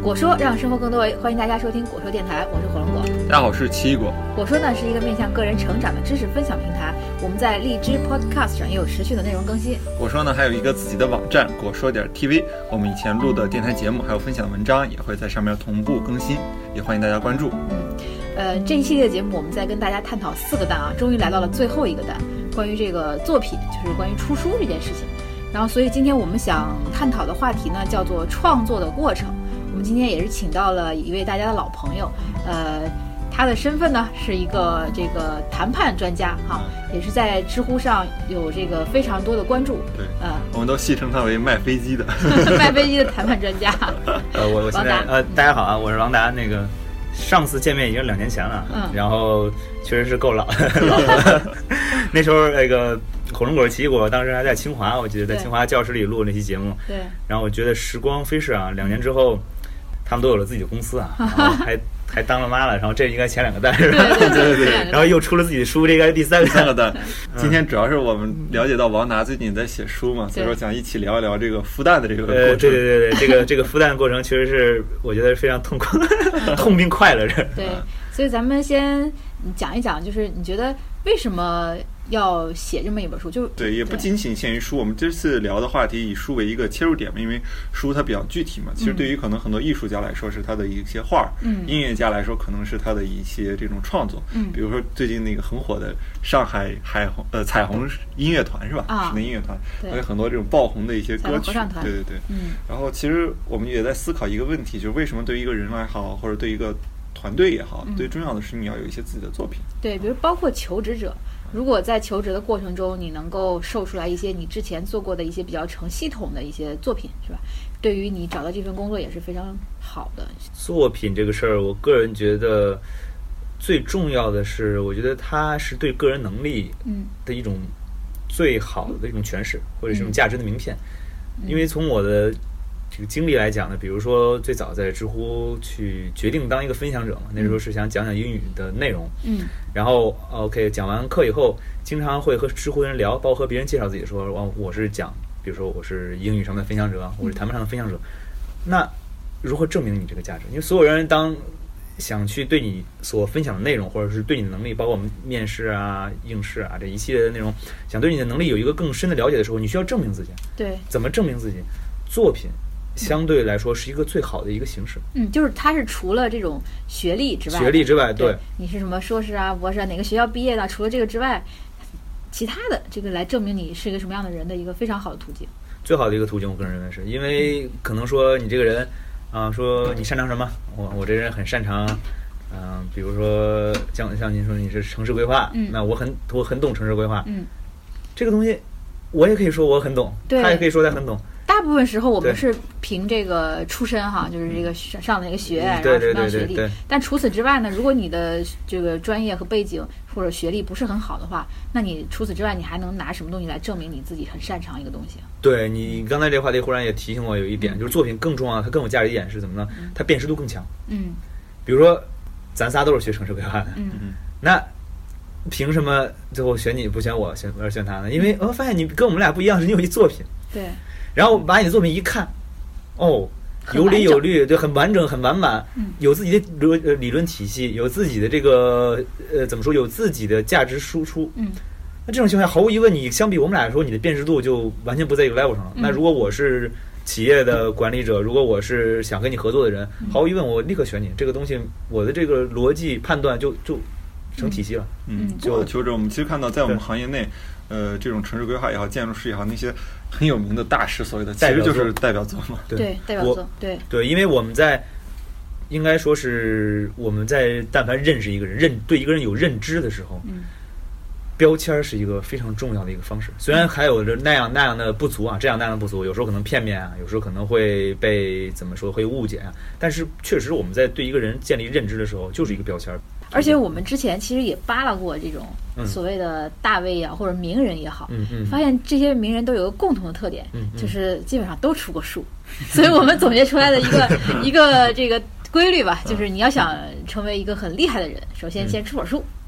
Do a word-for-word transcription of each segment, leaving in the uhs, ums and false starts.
果说让生活更多维，欢迎大家收听果说电台，我是火龙果。 大家好，我是奇异果。 果说呢是一个面向个人成长的知识分享平台，我们在荔枝 Podcast 上也有持续的内容更新。 果说呢还有一个自己的网站果说点 T V， 我们以前录的电台节目还有分享文章也会在上面同步更新，也欢迎大家关注。 嗯，呃，这一系列的节目我们在跟大家探讨四个蛋啊，终于来到了最后一个蛋，关于这个作品，就是关于出书这件事情。然后，所以今天我们想探讨的话题呢，叫做创作的过程。我们今天也是请到了一位大家的老朋友，呃，他的身份呢是一个这个谈判专家哈，也是在知乎上有这个非常多的关注。 对，呃，我们都戏称他为卖飞机的， 卖飞机的谈判专家。 呃，我我现在呃，大家好啊，我是王达。那个上次见面已经两年前了，嗯，然后确实是够老老了。那时候那个火龙果奇异果当时还在清华，我记得在清华教室里录那期节目。 对。 然后我觉得时光飞逝啊，两年之后。他们都有了自己的公司啊，然后还还当了妈了，然后这应该前两个蛋是吧？ 对对对。 然后又出了自己的书，这应该是第三个三个蛋。今天主要是我们了解到王达最近在写书嘛，所以说想一起聊一聊这个孵蛋的这个过程。 呃，对对对对，这个这个孵蛋的过程其实是我觉得非常痛苦，痛并快乐着。 对，所以咱们先讲一讲，就是你觉得为什么要写这么一本书？就对，也不仅仅限于书。我们这次聊的话题以书为一个切入点嘛，因为书它比较具体嘛。其实对于可能很多艺术家来说是他的一些画，嗯，音乐家来说可能是他的一些这种创作，嗯，比如说最近那个很火的上海海虹呃彩虹音乐团是吧？ 啊， 室内音乐团，还有很多这种爆红的一些歌曲，对对对， 嗯。 然后其实我们也在思考一个问题，就是为什么对于一个人来好，或者对一个团队也好，嗯，最重要的是你要有一些自己的作品。 对，比如包括求职者。如果在求职的过程中，你能够售出来一些你之前做过的一些比较成系统的一些作品，是吧？对于你找到这份工作也是非常好的。 作品这个事儿，我个人觉得最重要的是，我觉得它是对个人能力的一种最好的一种诠释，或者是一种价值的名片。嗯，因为从我的这个经历来讲呢，比如说最早在知乎去决定当一个分享者嘛，那时候是想讲讲英语的内容，嗯，然后 OK 讲完课以后，经常会和知乎人聊，包括和别人介绍自己的时候，我是讲，比如说我是英语上的分享者，我是谈判上的分享者，那如何证明你这个价值？因为所有人当想去对你所分享的内容，或者是对你的能力，包括我们面试啊、应试啊这一系列的内容，想对你的能力有一个更深的了解的时候，你需要证明自己。 对， 怎么证明自己？作品相对来说是一个最好的一个形式。 嗯，就是它是除了这种学历之外， 学历之外，对， 对你是什么硕士啊、博士啊，哪个学校毕业的，除了这个之外，其他的这个来证明你是一个什么样的人的一个非常好的途径。 最好的一个途径，我个人认为是，因为可能说你这个人啊、呃，说你擅长什么，我我这人很擅长，嗯、呃，比如说像像您说你是城市规划，嗯，那我很我很懂城市规划，嗯，这个东西我也可以说我很懂，他也可以说他很懂。 大部分时候我们是凭这个出身哈，就是这个上的那个学，然后什么样学历。但除此之外呢，如果你的这个专业和背景或者学历不是很好的话，那你除此之外你还能拿什么东西来证明你自己很擅长一个东西？ 对，你刚才这个话题忽然也提醒我有一点，就是作品更重要，它更有价值一点是怎么呢？它辨识度更强。嗯，比如说咱仨都是学城市规划的，嗯嗯，那凭什么最后选你不选我，选而选他呢？因为我发现你跟我们俩不一样，是你有一作品。 对。然后把你的作品一看，哦，有理有律，对，很完整，很完满，嗯，有自己的理理论体系，有自己的这个呃怎么说，有自己的价值输出，嗯，那这种情况下，毫无疑问，你相比我们俩来说，你的辨识度就完全不在一个 level 上了。嗯，那如果我是企业的管理者，如果我是想跟你合作的人，毫无疑问，我立刻选你。这个东西，我的这个逻辑判断就就成体系了。 嗯，就求职，我们其实看到在我们行业内。呃，这种城市规划也好，建筑师也好，那些很有名的大师，所谓的其实就是代表作嘛。 对， 对代表作，对对，因为我们在应该说是我们在但凡认识一个人，认对一个人有认知的时候，嗯，标签是一个非常重要的一个方式。虽然还有着那样那样的不足啊，这样那样的不足，有时候可能片面啊，有时候可能会被怎么说会误解啊，但是确实我们在对一个人建立认知的时候，就是一个标签。 而且我们之前其实也扒拉过这种所谓的大 V 啊，或者名人也好，嗯嗯，发现这些名人都有个共同的特点，嗯嗯，就是基本上都出过书，所以我们总结出来的一个一个这个规律吧，就是你要想成为一个很厉害的人，首先先出本书。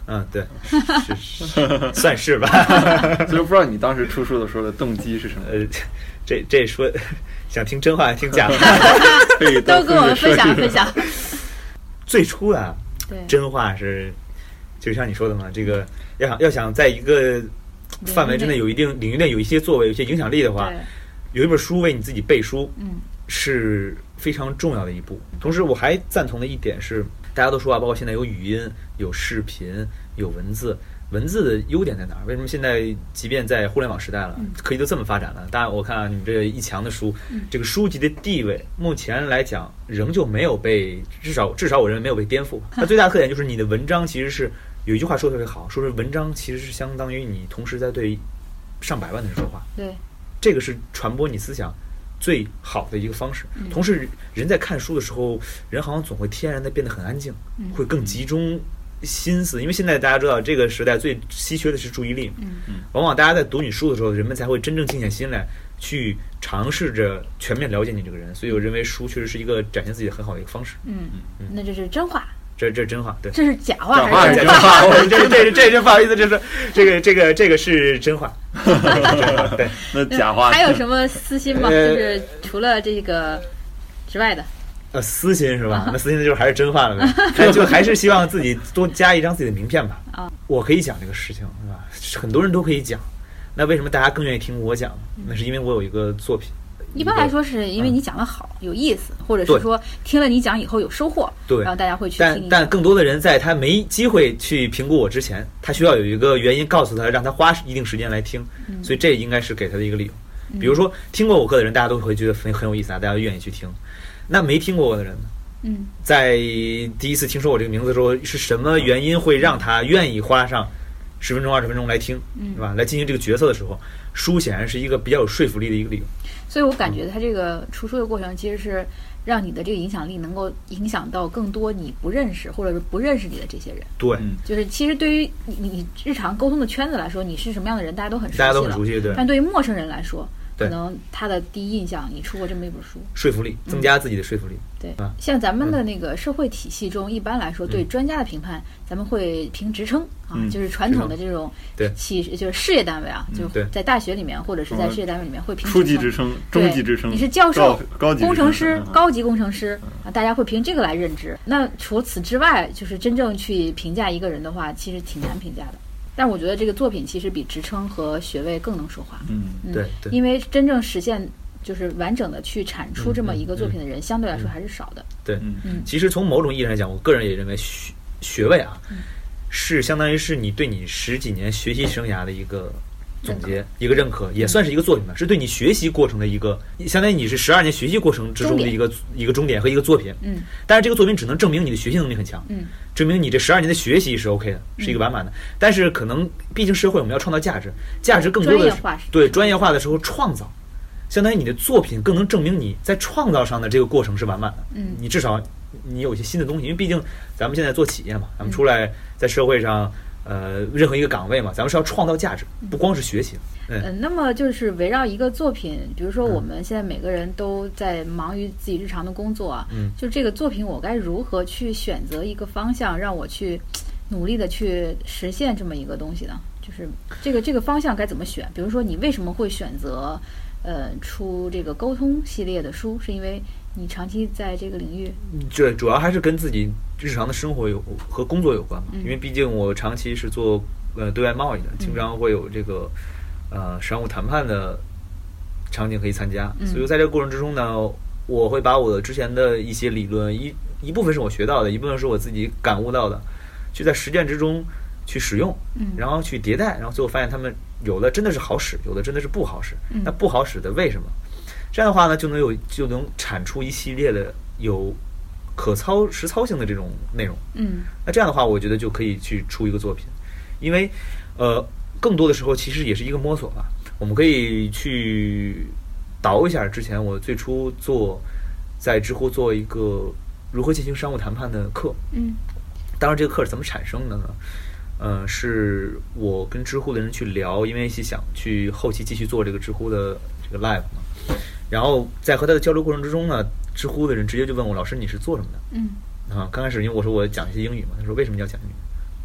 嗯，对，是是算是吧。 所以不知道你当时出书的时候的动机是什么？ 呃，这这说想听真话还听假话， 都跟我们分享分享。 最初啊， 对， 真话是就像你说的嘛，这个要想要想在一个范围之内有一定领域内有一些作为、有一些影响力的话，有一本书为你自己背书，嗯，是非常重要的一步。同时，我还赞同的一点是，大家都说啊，包括现在有语音、有视频、有文字。文字的优点在哪儿？为什么现在即便在互联网时代了，嗯、科技都这么发展了？当然，我看、啊、你们这一墙的书，嗯、这个书籍的地位，目前来讲仍旧没有被，至少至少我认为没有被颠覆。它最大的特点就是你的文章其实是有一句话说的特别好，说是文章其实是相当于你同时在对上百万的人说话。 对， 这个是传播你思想最好的一个方式。嗯、同时，人在看书的时候，人好像总会天然的变得很安静，嗯、会更集中心思，因为现在大家知道这个时代最稀缺的是注意力，嗯，往往大家在读你书的时候，人们才会真正静下心来去尝试着全面了解你这个人，所以我认为书确实是一个展现自己很好的一个方式。 嗯嗯，那这是真话， 这这是真话，对， 这是假话还是真话？这这这这不好意思，这是这个这个这个是真话，对， 那假话还有什么私心吗？就是除了这个之外的。 呃，私心是吧？那私心就是还是真话了呗，就还是希望自己多加一张自己的名片吧。啊，我可以讲这个事情是吧？很多人都可以讲，那为什么大家更愿意听我讲？那是因为我有一个作品。 一般来说是因为你讲得好、嗯、有意思，或者是说听了你讲以后有收获，对，然后大家会去听一。 但但更多的人在他没机会去评估我之前，他需要有一个原因告诉他，让他花一定时间来听，嗯、所以这应该是给他的一个理由。比如说听过我课的人，大家都会觉得很很有意思啊，大家愿意去听。那没听过我的人呢？嗯，在第一次听说我这个名字的时候，是什么原因会让他愿意花上十分钟、二十分钟来听，嗯，对吧？来进行这个角色的时候，书显然是一个比较有说服力的一个理由。 所以我感觉他这个出书的过程，其实是让你的这个影响力能够影响到更多你不认识或者是不认识你的这些人。 对， 就是其实对于你你日常沟通的圈子来说，你是什么样的人，大家都很熟悉， 大家都很熟悉，对。 但对于陌生人来说，可能他的第一印象，你出过这么一本书， 说服力，增加自己的说服力。 嗯、对、啊，像咱们的那个社会体系中，一般来说对专家的评判，咱们会评职称啊，嗯、就是传统的这种企就是事业单位啊，嗯、就在大学里面或者是在事业单位里面会评初级职称、中级职称， 你是教授、 高级工程师、高级工程师啊，大家会凭这个来认知。那除此之外，就是真正去评价一个人的话，其实挺难评价的。但我觉得这个作品其实比职称和学位更能说话。 嗯，对对， 因为真正实现就是完整的去产出这么一个作品的人，嗯嗯、相对来说还是少的。 对，嗯，其实从某种意义上来讲，我个人也认为学学位啊，嗯、是相当于是你对你十几年学习生涯的一个总结，一个认可，也算是一个作品吧，是对你学习过程的一个，相当于你是十二年学习过程之中的一个一个终点和一个作品。嗯，但是这个作品只能证明你的学习能力很强，嗯，证明你这十二年的学习是 OK 的，是一个完满的。嗯、但是可能毕竟社会我们要创造价值，价值更多的是对专业化的时候创造，相当于你的作品更能证明你在创造上的这个过程是完满的。嗯，你至少你有一些新的东西，因为毕竟咱们现在做企业嘛，咱们出来在社会上。呃，任何一个岗位嘛，咱们是要创造价值，不光是学习。 嗯、呃，那么就是围绕一个作品，比如说我们现在每个人都在忙于自己日常的工作啊，嗯，就这个作品我该如何去选择一个方向，让我去努力的去实现这么一个东西呢？就是这个这个方向该怎么选？比如说你为什么会选择呃出这个沟通系列的书？是因为你长期在这个领域？ 对，主要还是跟自己日常的生活有和工作有关嘛，嗯、因为毕竟我长期是做呃对外贸易的，经常会有这个呃商务谈判的场景可以参加，嗯、所以在这个过程之中呢，我会把我之前的一些理论一一部分是我学到的，一部分是我自己感悟到的，去在实践之中去使用，嗯、然后去迭代，然后最后发现他们有的真的是好使，有的真的是不好使，嗯、那不好使的为什么？这样的话呢，就能有就能产出一系列的有可操实操性的这种内容。嗯，那这样的话，我觉得就可以去出一个作品，因为呃，更多的时候其实也是一个摸索吧。我们可以去倒一下之前我最初做在知乎做一个如何进行商务谈判的课。嗯，当然这个课是怎么产生的呢？呃，是我跟知乎的人去聊，因为是想去后期继续做这个知乎的这个 live 嘛。然后在和他的交流过程之中呢，知乎的人直接就问我，老师你是做什么的？嗯，啊，刚开始因为我说我讲一些英语嘛，他说为什么你要讲英语？我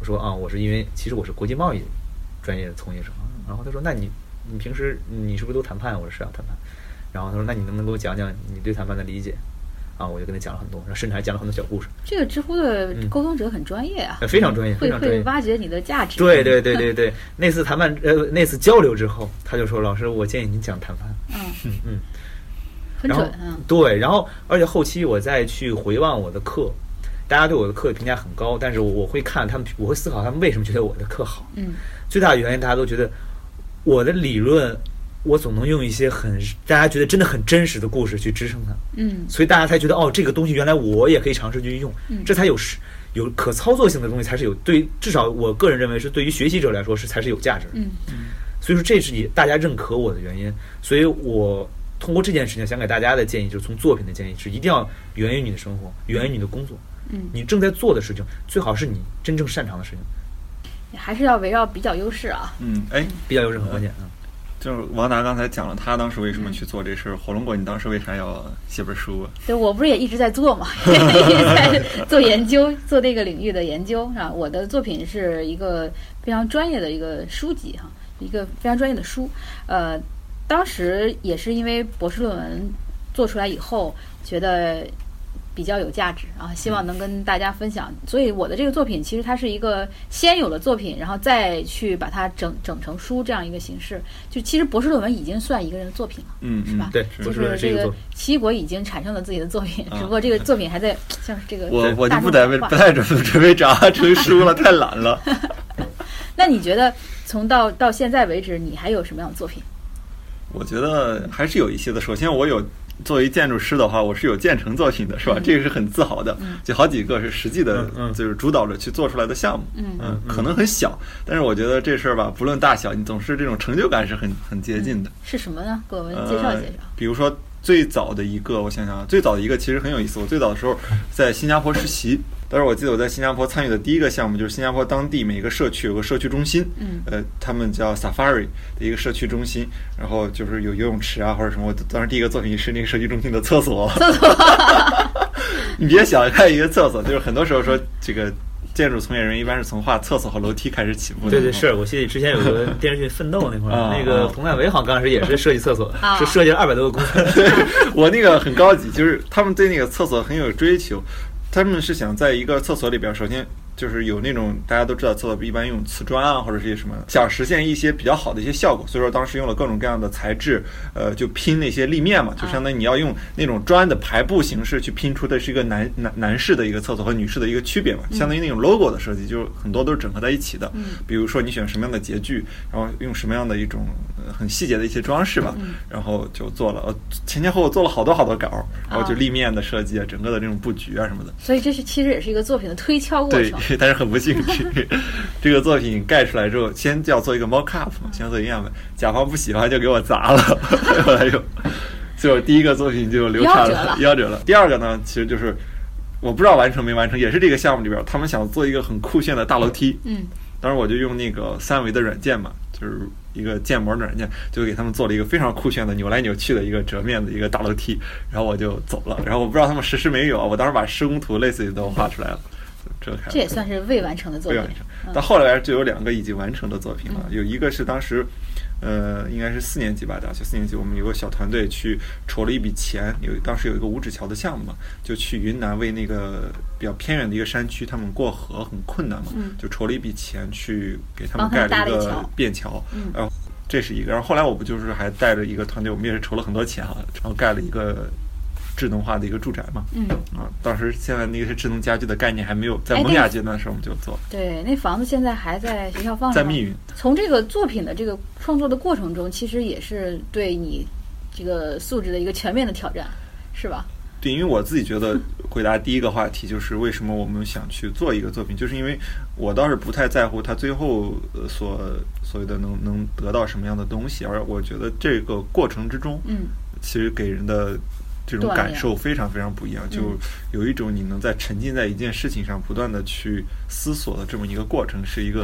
我说啊，我是因为其实我是国际贸易专业的从业者。然后他说，那你你平时你是不是都谈判？我说是啊，谈判。然后他说，那你能不能给我讲讲你对谈判的理解？啊，我就跟他讲了很多，然后甚至还讲了很多小故事。 这个知乎的沟通者很专业啊， 嗯、非常专业， 会非常专业， 会挖掘你的价值。 对对对对对，那次谈判呃那次交流之后，他就说，老师，我建议您讲谈判。 嗯嗯嗯， 很准啊。 对，然后而且后期我再去回望我的课，大家对我的课评价很高，但是我会看他们，我会思考他们为什么觉得我的课好。 嗯， 最大的原因大家都觉得我的理论。我总能用一些很大家觉得真的很真实的故事去支撑它， 嗯， 所以大家才觉得哦，这个东西原来我也可以尝试去用， 嗯， 这才有有可操作性的东西才是有对，至少我个人认为是对于学习者来说是才是有价值的， 嗯， 所以说这是也大家认可我的原因，所以我通过这件事情想给大家的建议就是从作品的建议是一定要源于你的生活，源于你的工作， 嗯， 你正在做的事情最好是你真正擅长的事情， 还是要围绕比较优势啊， 嗯，哎， 比较优势很关键啊。 就是王达刚才讲了他当时为什么去做这事儿，火龙果你当时为啥要写本书啊？ 对，我不是也一直在做嘛，一直在做研究，做这个领域的研究啊。我的作品是一个非常专业的一个书籍哈，一个非常专业的书。呃，当时也是因为博士论文做出来以后，觉得比较有价值啊，希望能跟大家分享。所以我的这个作品其实它是一个先有的作品，然后再去把它整整成书这样一个形式。就其实博士论文已经算一个人的作品了， 嗯， 是吧？ 对， 就是这个奇异果已经产生了自己的作品， 啊、 只不过这个作品还在像是这个我我就不得不太准准备找它成书了，太懒了。 那你觉得从到到现在为止，你还有什么样的作品？ 我觉得还是有一些的。首先，我有作为建筑师的话，我是有建成作品的，是吧？ 嗯、 这个是很自豪的。 嗯、 就好几个是实际的， 嗯、 就是主导者去做出来的项目。 嗯嗯，可能很小，但是我觉得这事儿吧，不论大小，你总是这种成就感是很很接近的。 嗯、是什么呢？给我们介绍介绍。 呃、比如说最早的一个，我想想，最早的一个其实很有意思。我最早的时候在新加坡实习。当时我记得我在新加坡参与的第一个项目就是新加坡当地每个社区有个社区中心， 嗯， 呃，他们叫 Safari 的一个社区中心，然后就是有游泳池啊或者什么。我当时第一个作品是那个社区中心的厕所， 厕所， 你别小看一个厕所，就是很多时候说这个建筑从业人员一般是从画厕所和楼梯开始起步的。 对对，是我记得之前有个电视剧《奋斗》那块儿， 啊、 那个佟大为好像刚开始也是设计厕所， 啊、 是设计了二百多个公分。 对，我那个很高级，就是他们对那个厕所很有追求。他们是想在一个厕所里边，首先就是有那种大家都知道厕所一般用瓷砖啊或者是些什么，想实现一些比较好的一些效果，所以说当时用了各种各样的材质，呃，就拼那些立面嘛，就相当于你要用那种砖的排布形式去拼出的是一个男男男士的一个厕所和女士的一个区别嘛，相当于那种 logo 的设计，就是很多都是整合在一起的。 嗯， 比如说你选什么样的洁具，然后用什么样的一种很细节的一些装饰吧， 嗯、 然后就做了，呃，前前后后做了好多好多稿，然后就立面的设计啊，整个的这种布局啊什么的。 所以这是其实也是一个作品的推敲过程。 对，但是很不幸，这个作品盖出来之后，先要做一个 mock up 嘛，先做一个样本，甲方不喜欢就给我砸了，后来就，所以我第一个作品就流产了，夭折了。第二个呢，其实就是我不知道完成没完成，也是这个项目里边，他们想做一个很酷炫的大楼梯。 嗯， 当时我就用那个三维的软件嘛，就是一个建模的软件，就给他们做了一个非常酷炫的扭来扭去的一个折面的一个大楼梯，然后我就走了。然后我不知道他们实施没有，我当时把施工图类似于都画出来了。这, 这也算是未完成的作品。 未完成，但后来就有两个已经完成的作品了。嗯、有一个是当时，呃，应该是四年级吧，大学四年级，我们有个小团队去筹了一笔钱，有当时有一个五指桥的项目嘛，就去云南为那个比较偏远的一个山区，他们过河很困难嘛， 嗯、 就筹了一笔钱去给他们盖了一个便桥。 嗯， 然后这是一个，然后后来我不就是还带着一个团队，我们也是筹了很多钱啊，然后盖了一个智能化的一个住宅嘛， 嗯啊，当时现在那个是智能家居的概念还没有，在萌芽阶段的时候我们就做。 对，那房子现在还在学校放着， 在密云。 从这个作品的这个创作的过程中，其实也是对你这个素质的一个全面的挑战，是吧？ 对，因为我自己觉得回答第一个话题就是为什么我们想去做一个作品，就是因为我倒是不太在乎他最后所所谓的能能得到什么样的东西，而我觉得这个过程之中， 嗯， 其实给人的这种感受非常非常不一样，就有一种你能在沉浸在一件事情上不断的去思索的这么一个过程，是一个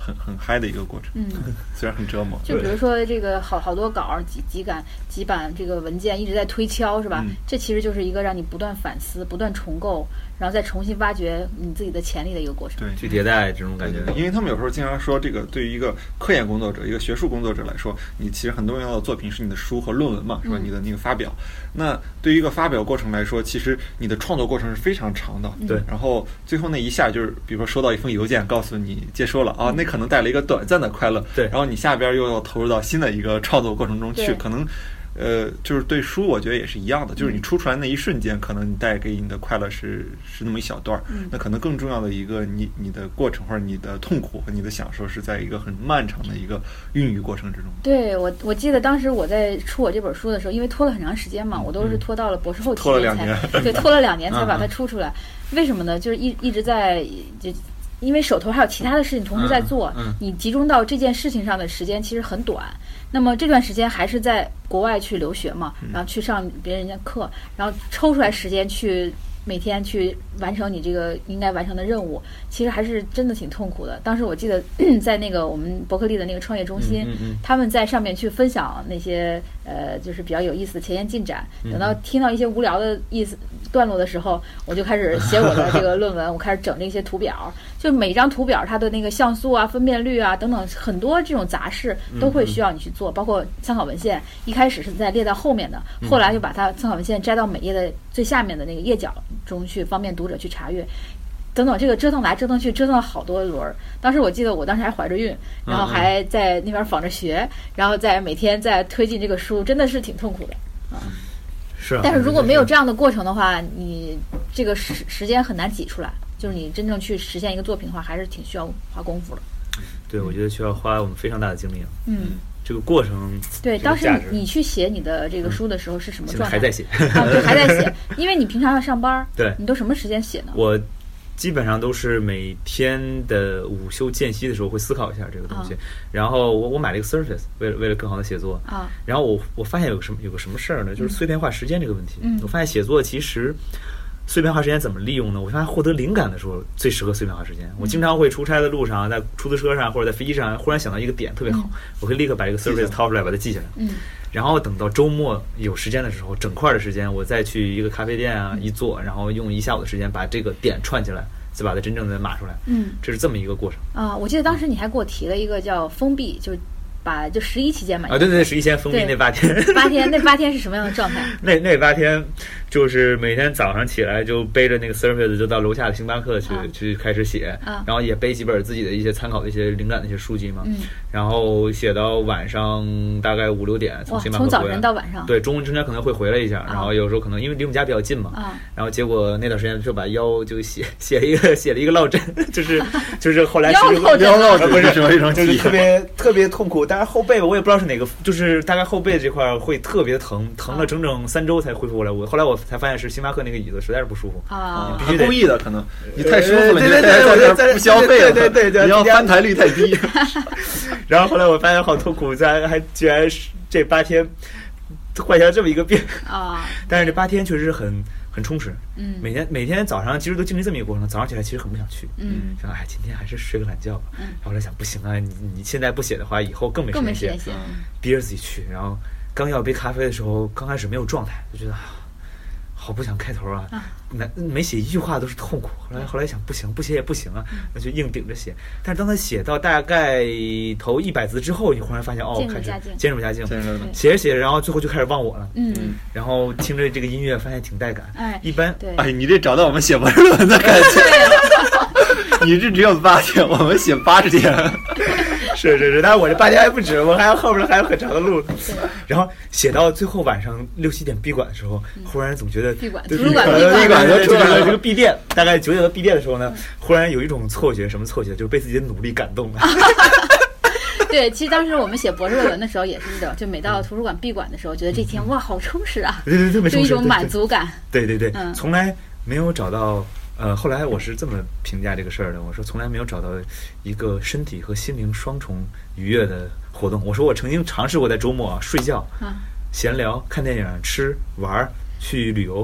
很很嗨的一个过程。 嗯， 虽然很折磨。 就比如说这个好好多稿几几版几版这个文件一直在推敲，是吧？ 嗯、 这其实就是一个让你不断反思、不断重构，然后再重新挖掘你自己的潜力的一个过程。 对， 去迭代这种感觉。 因为他们有时候经常说，这个对于一个科研工作者、一个学术工作者来说，你其实很重要的作品是你的书和论文嘛，是吧？你的那个发表。嗯、那对于一个发表过程来说，其实你的创作过程是非常长的。 对、嗯。 然后最后那一下就是，比如说收到一封邮件，告诉你接收了啊，那可能带来一个短暂的快乐。 对。 然后你下边又要投入到新的一个创作过程中去，可能。呃，就是对书，我觉得也是一样的，就是你出出来那一瞬间，可能你带给你的快乐是是那么一小段儿， 嗯、 那可能更重要的一个，你你的过程或者你的痛苦和你的享受，是在一个很漫长的一个孕育过程之中。 对我，我记得当时我在出我这本书的时候，因为拖了很长时间嘛，我都是拖到了博士后期间才， 嗯、 对，拖了两年才把它出出来。为什么呢？就是一一直在就。因为手头还有其他的事情同时在做， 嗯嗯、 你集中到这件事情上的时间其实很短。那么这段时间还是在国外去留学嘛，然后去上别人家课，然后抽出来时间去每天去完成你这个应该完成的任务，其实还是真的挺痛苦的。当时我记得在那个我们伯克利的那个创业中心， 嗯嗯嗯、 他们在上面去分享那些呃就是比较有意思的前沿进展。等到听到一些无聊的意思段落的时候，我就开始写我的这个论文，我开始整这些图表。就每张图表它的那个像素啊、分辨率啊等等很多这种杂事都会需要你去做，嗯嗯包括参考文献，一开始是在列在后面的，后来就把它参考文献摘到每页的最下面的那个页角中去，方便读者去查阅。等等，这个折腾来折腾去，折腾了好多轮。当时我记得我当时还怀着孕，然后还在那边仿着学，然后在每天在推进这个书，真的是挺痛苦的啊。 是啊。 但是如果没有这样的过程的话，你这个时时间很难挤出来。就是你真正去实现一个作品的话，还是挺需要花功夫的。 对，我觉得需要花我们非常大的精力。 嗯， 这个过程。 对，当时你去写你的这个书的时候是什么状态？ 还在写啊，对，还在写，因为你平常要上班。 对， 你都什么时间写呢？ 我基本上都是每天的午休间隙的时候会思考一下这个东西。啊、然后我我买了一个 Surface， 为了为了更好的写作啊。 然后我我发现有个什么有个什么事儿呢？就是碎片化时间这个问题。 嗯， 我发现写作其实。碎片化时间怎么利用呢？我发现获得灵感的时候最适合碎片化时间。我经常会出差的路上，在出租车上或者在飞机上，忽然想到一个点特别好，嗯、我会立刻把这个 Surface 掏出来，把它记下来。 嗯， 然后等到周末有时间的时候，整块的时间，我再去一个咖啡店啊、 嗯、 一坐，然后用一下午的时间把这个点串起来，再把它真正的码出来。 嗯， 这是这么一个过程啊。我记得当时你还给我提了一个叫封闭，就是。把就十一期间嘛啊，对对，十一期间封闭那八天， 八天那八天是什么样的状态？ 那那八天就是每天早上起来就背着那个 Surface 就到楼下的星巴克去、啊、去开始写、 啊， 然后也背几本自己的一些参考的一些灵感的一些书籍嘛， 嗯， 然后写到晚上大概五六点从星巴克回来， 从早晨到晚上， 对，中午中间可能会回来一下， 啊、 然后有时候可能因为离我们家比较近嘛， 啊， 然后结果那段时间就把腰就写写了一个写了一个落枕，就是就是后来腰落枕腰落枕不是什么一种就是特别特别痛苦，但是后背吧我也不知道。是哪个？就是大概后背这块会特别疼，疼了整整三周才恢复过来。我后来我才发现是星巴克那个椅子实在是不舒服啊， 必须故意的，可能你太舒服了， 对对对，我在不消费了， 对对对， 你要翻台率太低。 然后后来我发现好痛苦，咱还居然是这八天患下这么一个病啊！ 但是这八天确实很。很充实， 嗯， 每天每天早上其实都经历这么一个过程，早上起来其实很不想去， 嗯， 想哎今天还是睡个懒觉吧， 嗯， 后来想不行啊，你你现在不写的话，以后更没时间写，逼着自己去，然后刚要杯咖啡的时候，刚开始没有状态，就觉得好不想开头啊，没没写一句话都是痛苦，后来后来想不行，不写也不行啊，那就硬顶着写。但是当他写到大概头一百字之后，你忽然发现哦，开始渐入佳境，写着写着，然后最后就开始忘我了， 嗯， 然后听着这个音乐，发现挺带感。 哎， 一般， 对， 哎，你这找到我们写博士论文的感觉，你这只有八天，我们写八十天。 是是是，但是我这八天还不止，我还有后边还有很长的路。然后写到最后晚上六七点闭馆的时候， 嗯、 忽然总觉得闭馆， 图书馆闭馆就出来了。 这个闭店，大概九点多闭店的时候呢，忽然有一种错觉，什么错觉？就是被自己的努力感动了。 对，其实当时我们写博士论文的时候也是这种，就每到图书馆闭馆的时候，觉得这天哇好充实啊， 对对对， 就一种满足感。 对对对， 嗯， 从来没有找到。呃，后来我是这么评价这个事儿的，我说从来没有找到一个身体和心灵双重愉悦的活动。我说我曾经尝试过在周末啊睡觉、 啊、 闲聊、看电影、吃、玩、去旅游，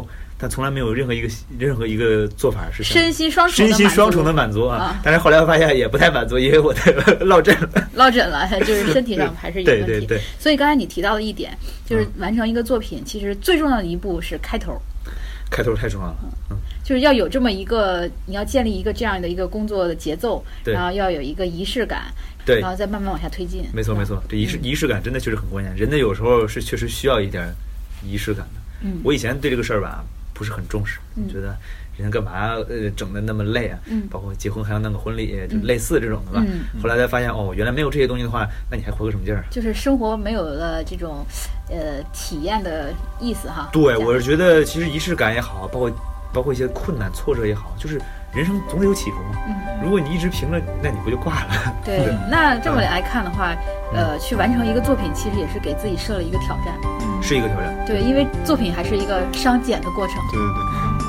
但从来没有任何一个任何一个做法是身心双重身心双重的满足啊！啊但是后来我发现也不太满足，因为我的落枕了， 落枕了，就是身体上还是有问题。 对对对。 所以刚才你提到的一点，就是完成一个作品，嗯、其实最重要的一步是开头。 开头太重要了， 嗯，就是要有这么一个，你要建立一个这样的一个工作的节奏，然后要有一个仪式感， 对， 然后再慢慢往下推进。 没错没错，这仪式、嗯、仪式感真的确实很关键，人的有时候是确实需要一点仪式感的。 嗯， 我以前对这个事儿吧不是很重视，嗯、觉得人家干嘛呃整的那么累啊？ 嗯， 包括结婚还要弄个婚礼，就类似这种的吧。 嗯， 后来才发现哦，原来没有这些东西的话，那你还活个什么劲儿？ 就是生活没有了这种呃体验的意思哈。 对，我是觉得其实仪式感也好，包括包括一些困难挫折也好，就是人生总得有起伏嘛。 嗯， 如果你一直平了，那你不就挂了？ 对，对那这么来看的话，嗯、呃，去完成一个作品，其实也是给自己设了一个挑战。 嗯，是一个挑战。 对，因为作品还是一个商检的过程。 对对对。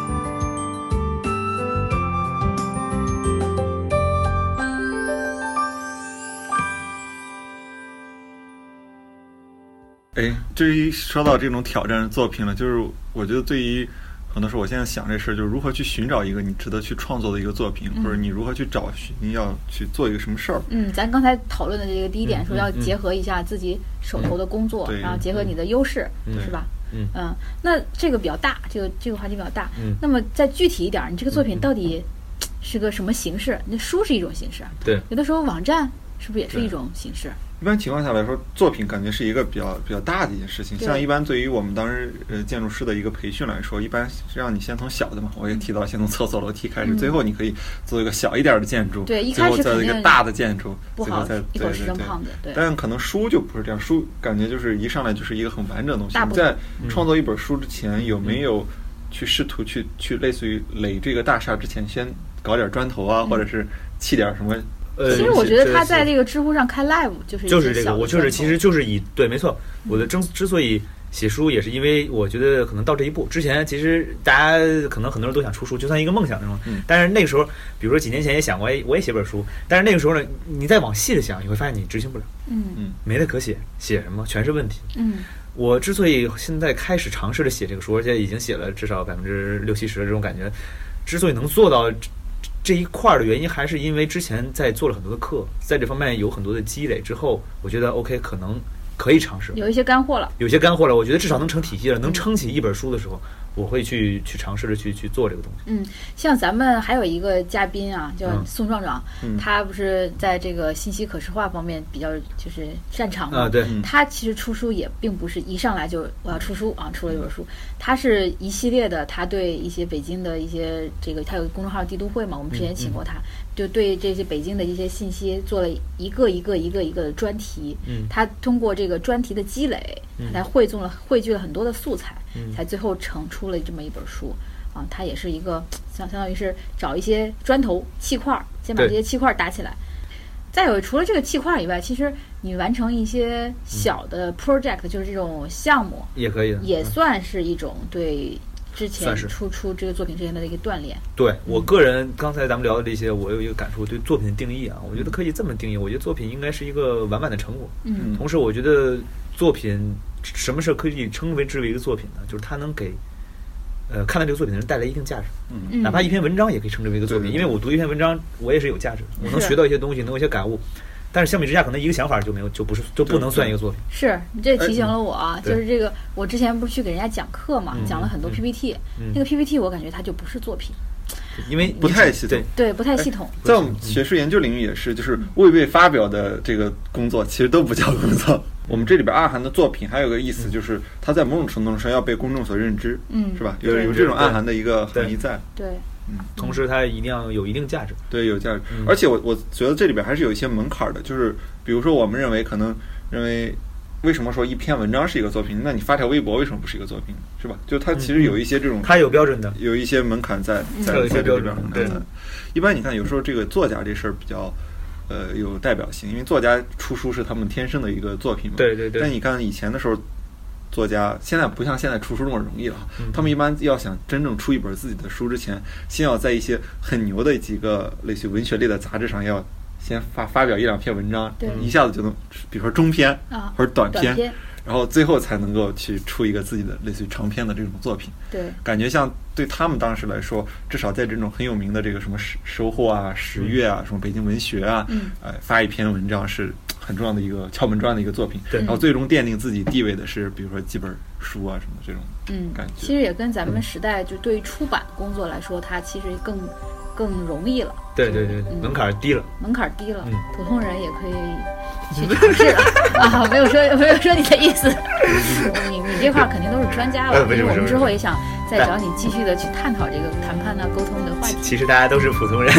哎，至于说到这种挑战作品了，就是我觉得对于很多时候，我现在想这事儿，就是如何去寻找一个你值得去创作的一个作品， 嗯、 或者你如何去找寻要去做一个什么事儿。 嗯，咱刚才讨论的这个第一点说，要结合一下自己手头的工作， 嗯、 然后结合你的优势， 嗯、 是吧？ 嗯嗯，那这个比较大，这个这个话题比较大。 嗯， 那么再具体一点，你这个作品到底是个什么形式？那书是一种形式， 对， 有的时候网站是不是也是一种形式？ 一般情况下来说，作品感觉是一个比较比较大的一件事情。像一般对于我们当时呃建筑师的一个培训来说，一般是让你先从小的嘛，我也提到先从厕所楼梯开始， 嗯、 最后你可以做一个小一点的建筑， 对，一开始最后再一个大的建筑， 不好最后再一口吃成胖子，对。 但可能书就不是这样，书感觉就是一上来就是一个很完整的东西。 大你在创作一本书之前，有没有去试图去去类似于垒这个大厦之前，先搞点砖头啊， 嗯、 或者是砌点什么？ 呃， 其实我觉得他在这个知乎上开 live 就是就是这个，我就是其实就是以对，没错，我的之之所以写书也是因为我觉得可能到这一步之前，其实大家可能很多人都想出书，就算一个梦想那种。 嗯。 但是那个时候，比如说几年前也想过，哎，我也写本书。但是那个时候呢，你再往细的想，你会发现你执行不了。 嗯嗯。 没得可写，写什么全是问题。 嗯。 我之所以现在开始尝试着写这个书，而且已经写了至少百分之六七十的这种感觉，之所以能做到这一块的原因，还是因为之前在做了很多的课，在这方面有很多的积累之后，我觉得 OK 可能可以尝试， 有一些干货了， 有些干货了，我觉得至少能成体系了，能撑起一本书的时候，我会去去尝试着去去做这个东西。 嗯，像咱们还有一个嘉宾啊，叫宋壮壮， 嗯、 他不是在这个信息可视化方面比较就是擅长嘛？ 啊，对。 他其实出书也并不是一上来就我要出书啊，出了一本书，他是一系列的，他对一些北京的一些这个，他有公众号帝都会嘛，我们之前请过他， 嗯、 就对这些北京的一些信息做了一个一个一个一个的专题。 嗯， 他通过这个专题的积累， 嗯、 来汇总了汇聚了很多的素材， 嗯、 才最后成出了这么一本书。啊，它也是一个相相当于是找一些砖头砌块，先把这些砌块搭起来。再有，除了这个砌块以外，其实你完成一些小的 project，、嗯、就是这种项目也可以的， 也算是一种对之前出出这个作品之前的一个锻炼。 对我个人，刚才咱们聊的这些，我有一个感触，对作品的定义啊，我觉得可以这么定义，我觉得作品应该是一个完满的成果。 嗯， 同时我觉得作品什么是可以称为之为一个作品呢？就是它能给。呃，看到这个作品的人带来一定价值， 嗯， 哪怕一篇文章也可以称之为一个作品，因为我读一篇文章，我也是有价值，我能学到一些东西，能有一些感悟。但是相比之下，可能一个想法就没有，就不是就不能算一个作品。 是你这提醒了我啊， 嗯、 就是这个，我之前不是去给人家讲课嘛， 嗯、 讲了很多 P P T，、 嗯、 那个 P P T 我感觉它就不是作品。 因为不太系统， 对，不太系统。 在我们学术研究领域也是，就是未被发表的这个工作，其实都不叫工作。我们这里边暗含的作品还有个意思，就是它在某种程度上要被公众所认知， 嗯， 是吧？有有这种暗含的一个含义在。 对， 嗯， 同时它一定要有一定价值， 对，有价值。 嗯、 而且我我觉得这里边还是有一些门槛的，就是比如说我们认为可能认为。为什么说一篇文章是一个作品？那你发条微博为什么不是一个作品？是吧？就它其实有一些这种， 它有标准的， 有一些门槛在在在这边门槛在。一般你看，有时候这个作家这事儿比较呃有代表性，因为作家出书是他们天生的一个作品嘛。 对对对。 但你看以前的时候，作家现在不像现在出书那么容易了， 嗯、 他们一般要想真正出一本自己的书之前，先要在一些很牛的几个类似于文学类的杂志上要。先发发表一两篇文章，一下子就能，比如说中篇、 啊、 或者短篇， 然后最后才能够去出一个自己的类似于长篇的这种作品。 对， 感觉像对他们当时来说，至少在这种很有名的这个什么收获啊、十月啊、什么北京文学啊， 嗯， 呃，发一篇文章是很重要的一个敲门砖的一个作品。 对， 然后最终奠定自己地位的是，比如说几本书啊什么这种感觉。 嗯，其实也跟咱们时代就对于出版工作来说，它其实更更容易了。 对对对， 嗯、 门槛低了， 门槛低了， 嗯， 普通人也可以去尝试了啊！没有说没有说你的意思，你你这块肯定都是专家了，因为我们之后也想再找你继续的去探讨这个谈判啊、沟通的话题。 其实大家都是普通人。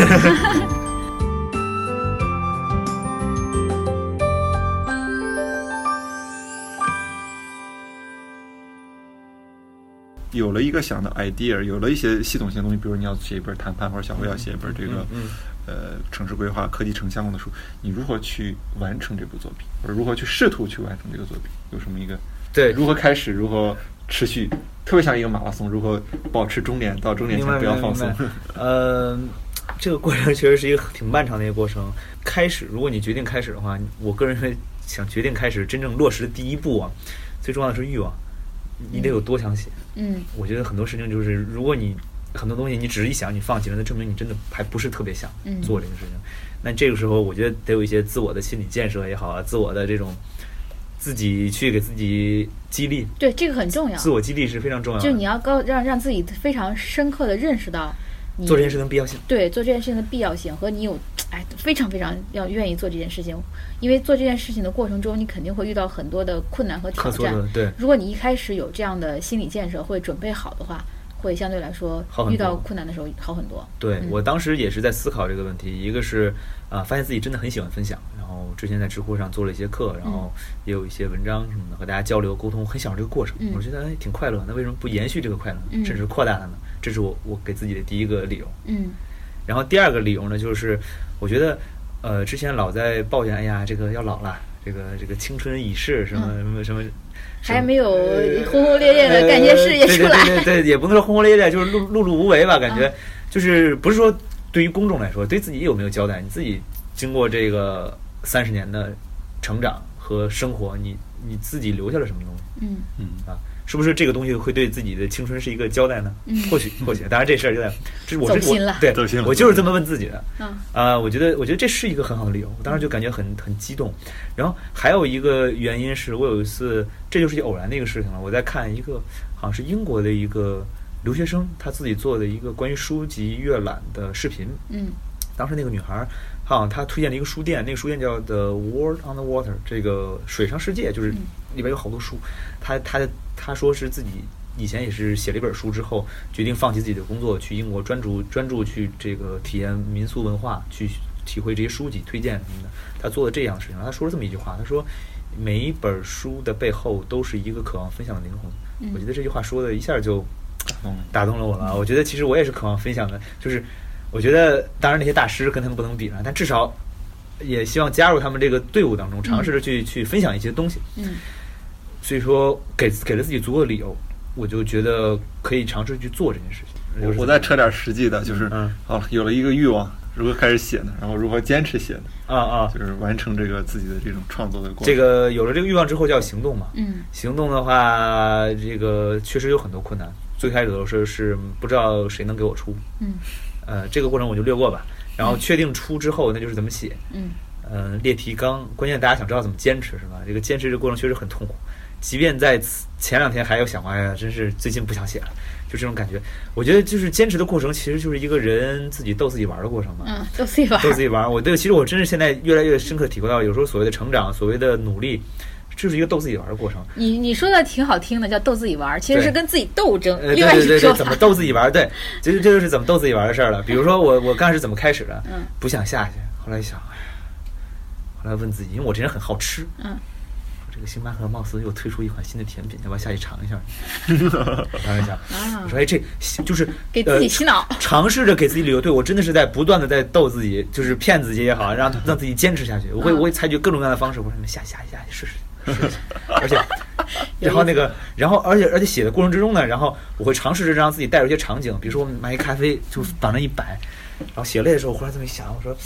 有了一个想的 idea， 有了一些系统性的东西，比如你要写一本谈判，或者小辉要写一本这个、 嗯嗯、 呃城市规划、科技城相关的书，你如何去完成这部作品，或者如何去试图去完成这个作品？有什么一个对如何开始，如何持续，特别像一个马拉松，如何保持终点，到终点前不要放松。 呃，这个过程确实是一个挺漫长的一个过程。开始，如果你决定开始的话，我个人想决定开始真正落实的第一步啊，最重要的是欲望。你得有多想写。 嗯， 我觉得很多事情就是，如果你很多东西你只是一想你放弃了，那证明你真的还不是特别想做这个事情。嗯、那这个时候，我觉得得有一些自我的心理建设也好啊，自我的这种自己去给自己激励。 对，这个很重要。 自我激励是非常重要的。 就你要高让让自己非常深刻的认识到你做这件事情的必要性。 对，做这件事情的必要性和你有哎非常非常要愿意做这件事情，因为做这件事情的过程中，你肯定会遇到很多的困难和挑战。 对， 如果你一开始有这样的心理建设，会准备好的话，会相对来说遇到困难的时候好很多。 对、 嗯、 我当时也是在思考这个问题，一个是啊、呃，发现自己真的很喜欢分享，然后之前在知乎上做了一些课，然后也有一些文章什么的，和大家交流沟通，很享受这个过程。 嗯、 我觉得哎挺快乐，那为什么不延续这个快乐， 嗯、 甚至扩大它呢？这是我我给自己的第一个理由。 嗯， 然后第二个理由呢，就是我觉得呃之前老在抱怨，哎呀这个要老了，这个这个青春已逝，什么、嗯、什么什么。 还没有轰轰烈烈的干些事业出来、 呃，对对对对，也不能说轰轰烈烈，就是碌碌碌无为吧。感觉、嗯、就是不是说对于公众来说，对自己有没有交代？你自己经过这个三十年的成长和生活，你你自己留下了什么东西？ 嗯嗯啊，是不是这个东西会对自己的青春是一个交代呢？ 嗯， 或许或许，当然这事儿就在这是我是我对，我就是这么问自己的。 嗯啊、呃，我觉得我觉得这是一个很好的理由，我当时就感觉很很激动。然后还有一个原因是我有一次，这就是一偶然的一个事情了。我在看一个好像是英国的一个留学生他自己做的一个关于书籍阅览的视频。 嗯， 当时那个女孩好像她推荐了一个书店，那个书店叫 The World on the Water， 这个水上世界，就是里边有好多书。她她她说是自己以前也是写了一本书之后，决定放弃自己的工作，去英国专注专注去这个体验民俗文化，去体会这些书籍推荐什么的。他做的这样的事情，他说了这么一句话，他说每一本书的背后都是一个渴望分享的灵魂。 嗯、 我觉得这句话说的一下就打动了我了。嗯、我觉得其实我也是渴望分享的，就是我觉得当然那些大师跟他们不能比了，但至少也希望加入他们这个队伍当中，尝试着去、嗯、去分享一些东西。 嗯， 所以说给给了自己足够的理由，我就觉得可以尝试去做这件事情。 我我再扯点实际的，就是嗯， 好了，有了一个欲望，如何开始写呢？然后如何坚持写呢？ 啊啊， 就是完成这个自己的这种创作的过程。 这个有了这个欲望之后，就要行动嘛。 嗯， 行动的话，这个确实有很多困难。最开始的时候是不知道谁能给我出。 嗯， 呃，这个过程我就略过吧。然后确定出之后，那就是怎么写。 嗯， 呃，列提纲，关键大家想知道怎么坚持是吧？这个坚持这个过程确实很痛苦。即便在前两天还有想过，哎呀，真是最近不想写了，就这种感觉。我觉得就是坚持的过程，其实就是一个人自己逗自己玩的过程嘛。 嗯，逗自己玩， 逗自己玩。我对，其实我真是现在越来越深刻体会到，有时候所谓的成长，所谓的努力，就是一个逗自己玩的过程。 你你说的挺好听的，叫逗自己玩，其实是跟自己斗争。 呃， 另外一对对对，怎么逗自己玩？对，其实这就是怎么逗自己玩的事儿了。比如说我我刚开始怎么开始的？ 嗯，不想下去，后来一想，哎呀，后来问自己，因为我这人很好吃。 嗯。 这个星巴克貌似又推出一款新的甜品，要不要下去尝一下？尝一下。我说，哎，这就是给自己洗脑、 呃，尝试着给自己理由。对，我真的是在不断的在逗自己，就是骗自己也好，让让自己坚持下去。我会我会采取各种各样的方式。我说你们下下下去试试试试。而且，然后那个，然后而且而且写的过程之中呢，然后我会尝试着让自己带入一些场景，比如说我买一咖啡就把那一摆，然后写累的时候，忽然这么一想，我说。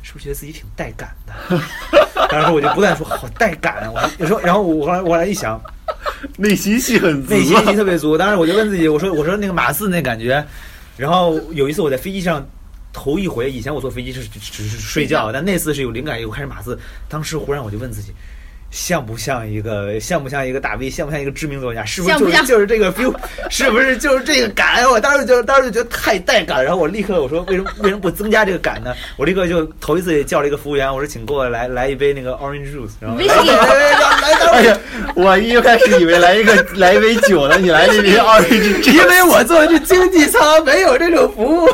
是不是觉得自己挺带感的？当时我就不断说好带感，我有时候，然后我后来我后来一想， 内心戏很足， 内心戏特别足。当时我就问自己，我说我说那个马四那感觉，然后有一次我在飞机上。头一回，以前我坐飞机是只是睡觉，但那次是有灵感，又开始马字。当时忽然我就问自己，像不像一个像不像一个大 V， 像不像一个知名作家？是不是就是就是这个 feel？ 是不是就是这个感？我当时就当时就觉得太带感，然后我立刻我说为什么为什么不增加这个感呢？我立刻就头一次也叫了一个服务员，我说请给我来来一杯那个 orange juice， 然后哎呀，我一开始以为来一个来一杯酒了，你来一杯 orange juice， 因为我坐的是经济舱，没有这种服务。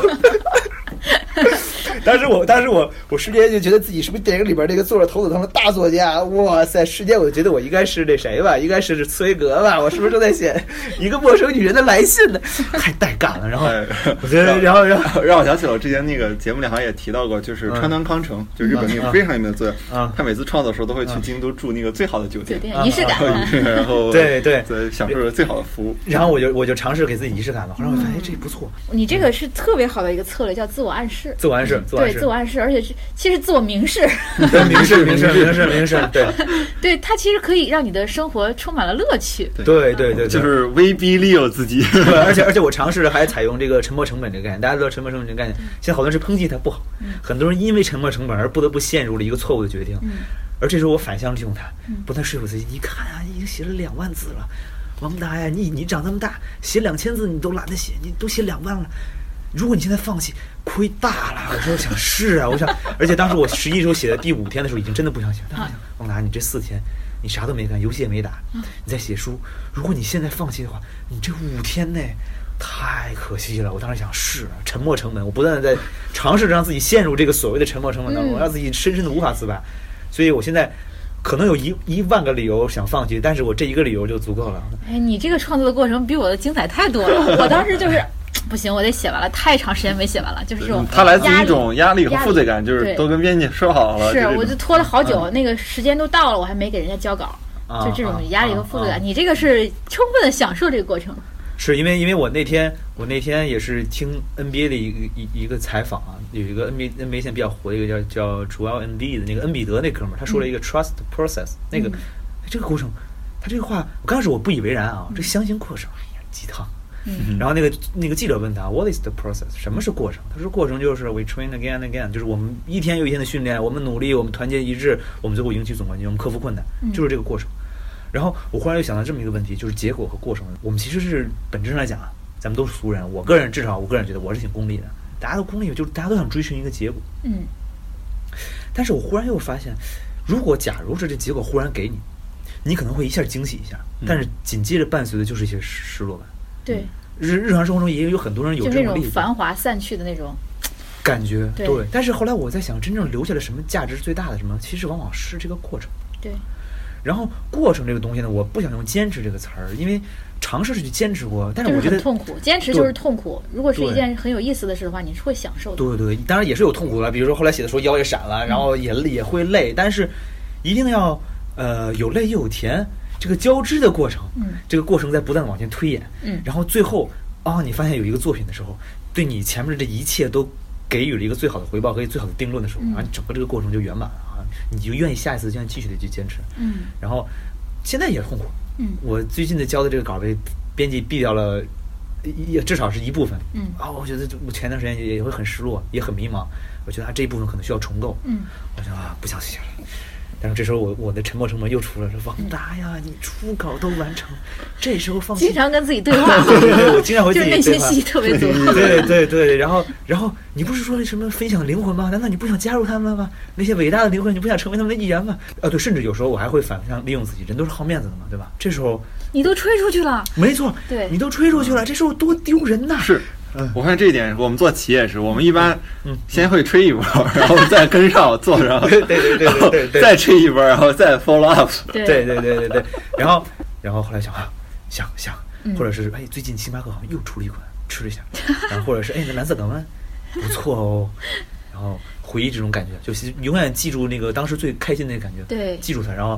当时我，当时我，我瞬间就觉得自己是不是电影里边那个坐着头等舱的大作家？哇塞！瞬间我就觉得我应该是那谁吧，应该是茨威格吧？我是不是正在写一个陌生女人的来信呢？太带感了。然后我觉得，然后让让我想起了我之前那个节目里好像也提到过，就是川端康成，就日本那个非常有名的作家，他每次创作的时候都会去京都住那个最好的酒店， 仪式感， 然后对对， 享受最好的服务。 然后我就我就尝试给自己仪式感了，后来我发现这不错。 你这个是特别好的一个策略，叫自我暗示。 自我暗示。 对，自我暗示，而且是其实自我明示， 明示明示明示明示，对， 对，它其实可以让你的生活充满了乐趣。 对对对， 就是威逼利诱自己。 对，而且而且我尝试还采用这个沉没成本这个概念，大家知道沉没成本这个概念，现在好多人是抨击它不好，很多人因为沉没成本而不得不陷入了一个错误的决定，而这时候我反向利用它，不断说服自己，你看啊，你已经写了两万字了，王达呀，你你长这么大写两千字你都懒得写，你都写两万了。如果你现在放弃，亏大了。我说我想是啊，我想，而且当时我实际时候写的第五天的时候，已经真的不想写了。但是王达，你这四天你啥都没干，游戏也没打，你在写书。如果你现在放弃的话，你这五天内太可惜了。我当时想是沉没成本，我不断的在尝试着让自己陷入这个所谓的沉没成本当中，让自己深深的无法自拔。所以我现在可能有一一万个理由想放弃，但是我这一个理由就足够了。 哎，你这个创作的过程比我的精彩太多了。我当时就是。不行，我得写完了，太长时间没写完了，就是这种。 它来自于一种压力和负罪感，就是都跟编辑说好了。 是，我就拖了好久，那个时间都到了，我还没给人家交稿，就这种压力和负罪感。你这个是充分的享受这个过程。 是因为因为我那天我那天也是听 N B A 的一个一一个采访啊，有一个 N B A N B A 现在比较火的一个叫叫主要 N B A 的那个恩比德那哥们儿，他说了一个 trust process，那个这个过程，他这个话我刚开始我不以为然啊，这相信过程，哎呀鸡汤。嗯，然后那个那个记者问他 What is the process？ 什么是过程？他说过程就是 We train again and again， 就是我们一天又一天的训练，我们努力，我们团结一致，我们最后赢取总冠军，我们克服困难，就是这个过程。然后我忽然又想到这么一个问题，就是结果和过程。我们其实是本质上来讲啊，咱们都是俗人。我个人至少我个人觉得我是挺功利的，大家都功利，就是大家都想追寻一个结果。 嗯。 但是我忽然又发现，如果假如是这结果忽然给你，你可能会一下惊喜一下，但是紧接着伴随的就是一些失落感。 对， 日日常生活中也有很多人有这种例子，繁华散去的那种感觉。 对， 对，但是后来我在想，真正留下了什么价值最大的什么？其实往往是这个过程。 对。 然后过程这个东西呢，我不想用坚持这个词儿，因为尝试是去坚持过，但是我觉得、 就是、很痛苦，坚持就是痛苦。如果是一件很有意思的事的话，你是会享受的。 对对，当然也是有痛苦的，比如说后来写的时候腰也闪了，然后也、嗯、也会累，但是一定要呃有累又有甜。这个交织的过程，嗯，这个过程在不断往前推演，嗯，然后最后啊、哦，你发现有一个作品的时候，对你前面的这一切都给予了一个最好的回报和最好的定论的时候，嗯、啊，整个这个过程就圆满了啊，你就愿意下一次就愿意继续的去坚持，嗯，然后现在也痛苦，嗯，我最近的交的这个稿被编辑毙掉了，也至少是一部分，嗯，啊，我觉得我前段时间也也会很失落，也很迷茫，我觉得他这一部分可能需要重构，嗯，我想啊，不想写了。但是这时候我我的沉默成本又出来了，说王达呀，你初稿都完成，这时候放弃。 经常跟自己对话， 对对对，我经常会自己对话， 就是内心戏特别多。 对对对，然后然后你不是说什么分享灵魂吗？难道你不想加入他们吗？那些伟大的灵魂，你不想成为他们的一员吗？啊，对，甚至有时候我还会反向利用自己，人都是好面子的嘛，对吧？这时候你都吹出去了， 没错， 对， 你都吹出去了，这时候多丢人呐！ 是。嗯，我发现这一点，我们做企业是，我们一般先会吹一波，然后再跟上做上， 对对对对对对， 再吹一波，然后再 follow up， 对对对对对，然后然后后来想啊想想，或者是哎最近星巴克好像又出了一款，吃了一下，然后或者是哎那蓝色港湾不错哦，然后回忆这种感觉，就是永远记住那个当时最开心的那个感觉， 对， 记住它，然后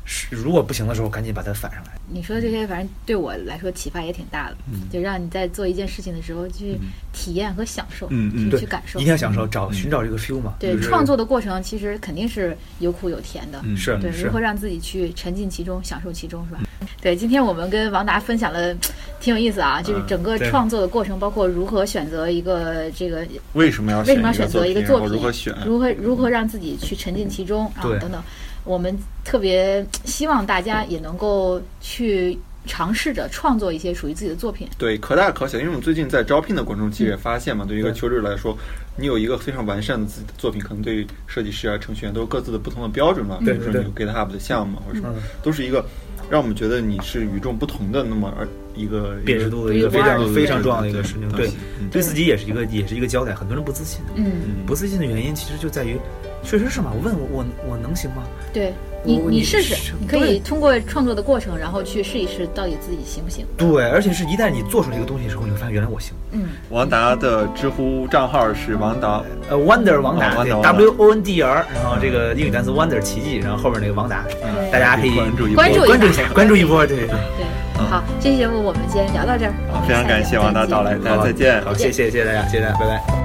是如果不行的时候，赶紧把它反上来。 你说的这些，反正对我来说启发也挺大的，嗯、就让你在做一件事情的时候去体验和享受， 嗯嗯，去去感受， 一定要享受，找寻找这个 feel 嘛。 对， 就是、 创作的过程其实肯定是有苦有甜的， 嗯、是对， 是如何让自己去沉浸其中，享受其中，是吧？对，今天我们跟王达分享了，挺有意思啊，就是整个创作的过程，包括如何选择一个这个为什么要为什么要选择一个作品， 如何选， 如何如何让自己去沉浸其中啊，等等。我们特别希望大家也能够去尝试着创作一些属于自己的作品。 对，可大可小，因为我们最近在招聘的过程中，其实也发现嘛，嗯、对于一个求职者来说，你有一个非常完善的自己的作品，可能对设计师啊、程序员都有各自的不同的标准嘛。比如说你有 GitHub 的项目或者什么，都是一个让我们觉得你是与众不同的那么一个辨识度的一个非常非常重要的一个事情。对，对自己也是一个也是一个交代。很多人不自信， 嗯， 不自信的原因其实就在于，确实是嘛。我问我我我能行吗？ 对。你你试试，你可以通过创作的过程，然后去试一试到底自己行不行。 对，而且是一旦你做出这个东西的时候，你会发现原来我行。 嗯， 王达的知乎账号是王达， 呃 ，Wonder 王达、 哦、 ，W O N D R， 然后这个英语单词 Wonder 奇迹，然后后面那个王达， 嗯、 大家可以关注一关注关注一下，关注一波，对对对。 对，好，这期节目我们先聊到这儿， 非常感谢王达到来，大家再见。 好，谢谢谢谢大家，谢谢大家，拜拜。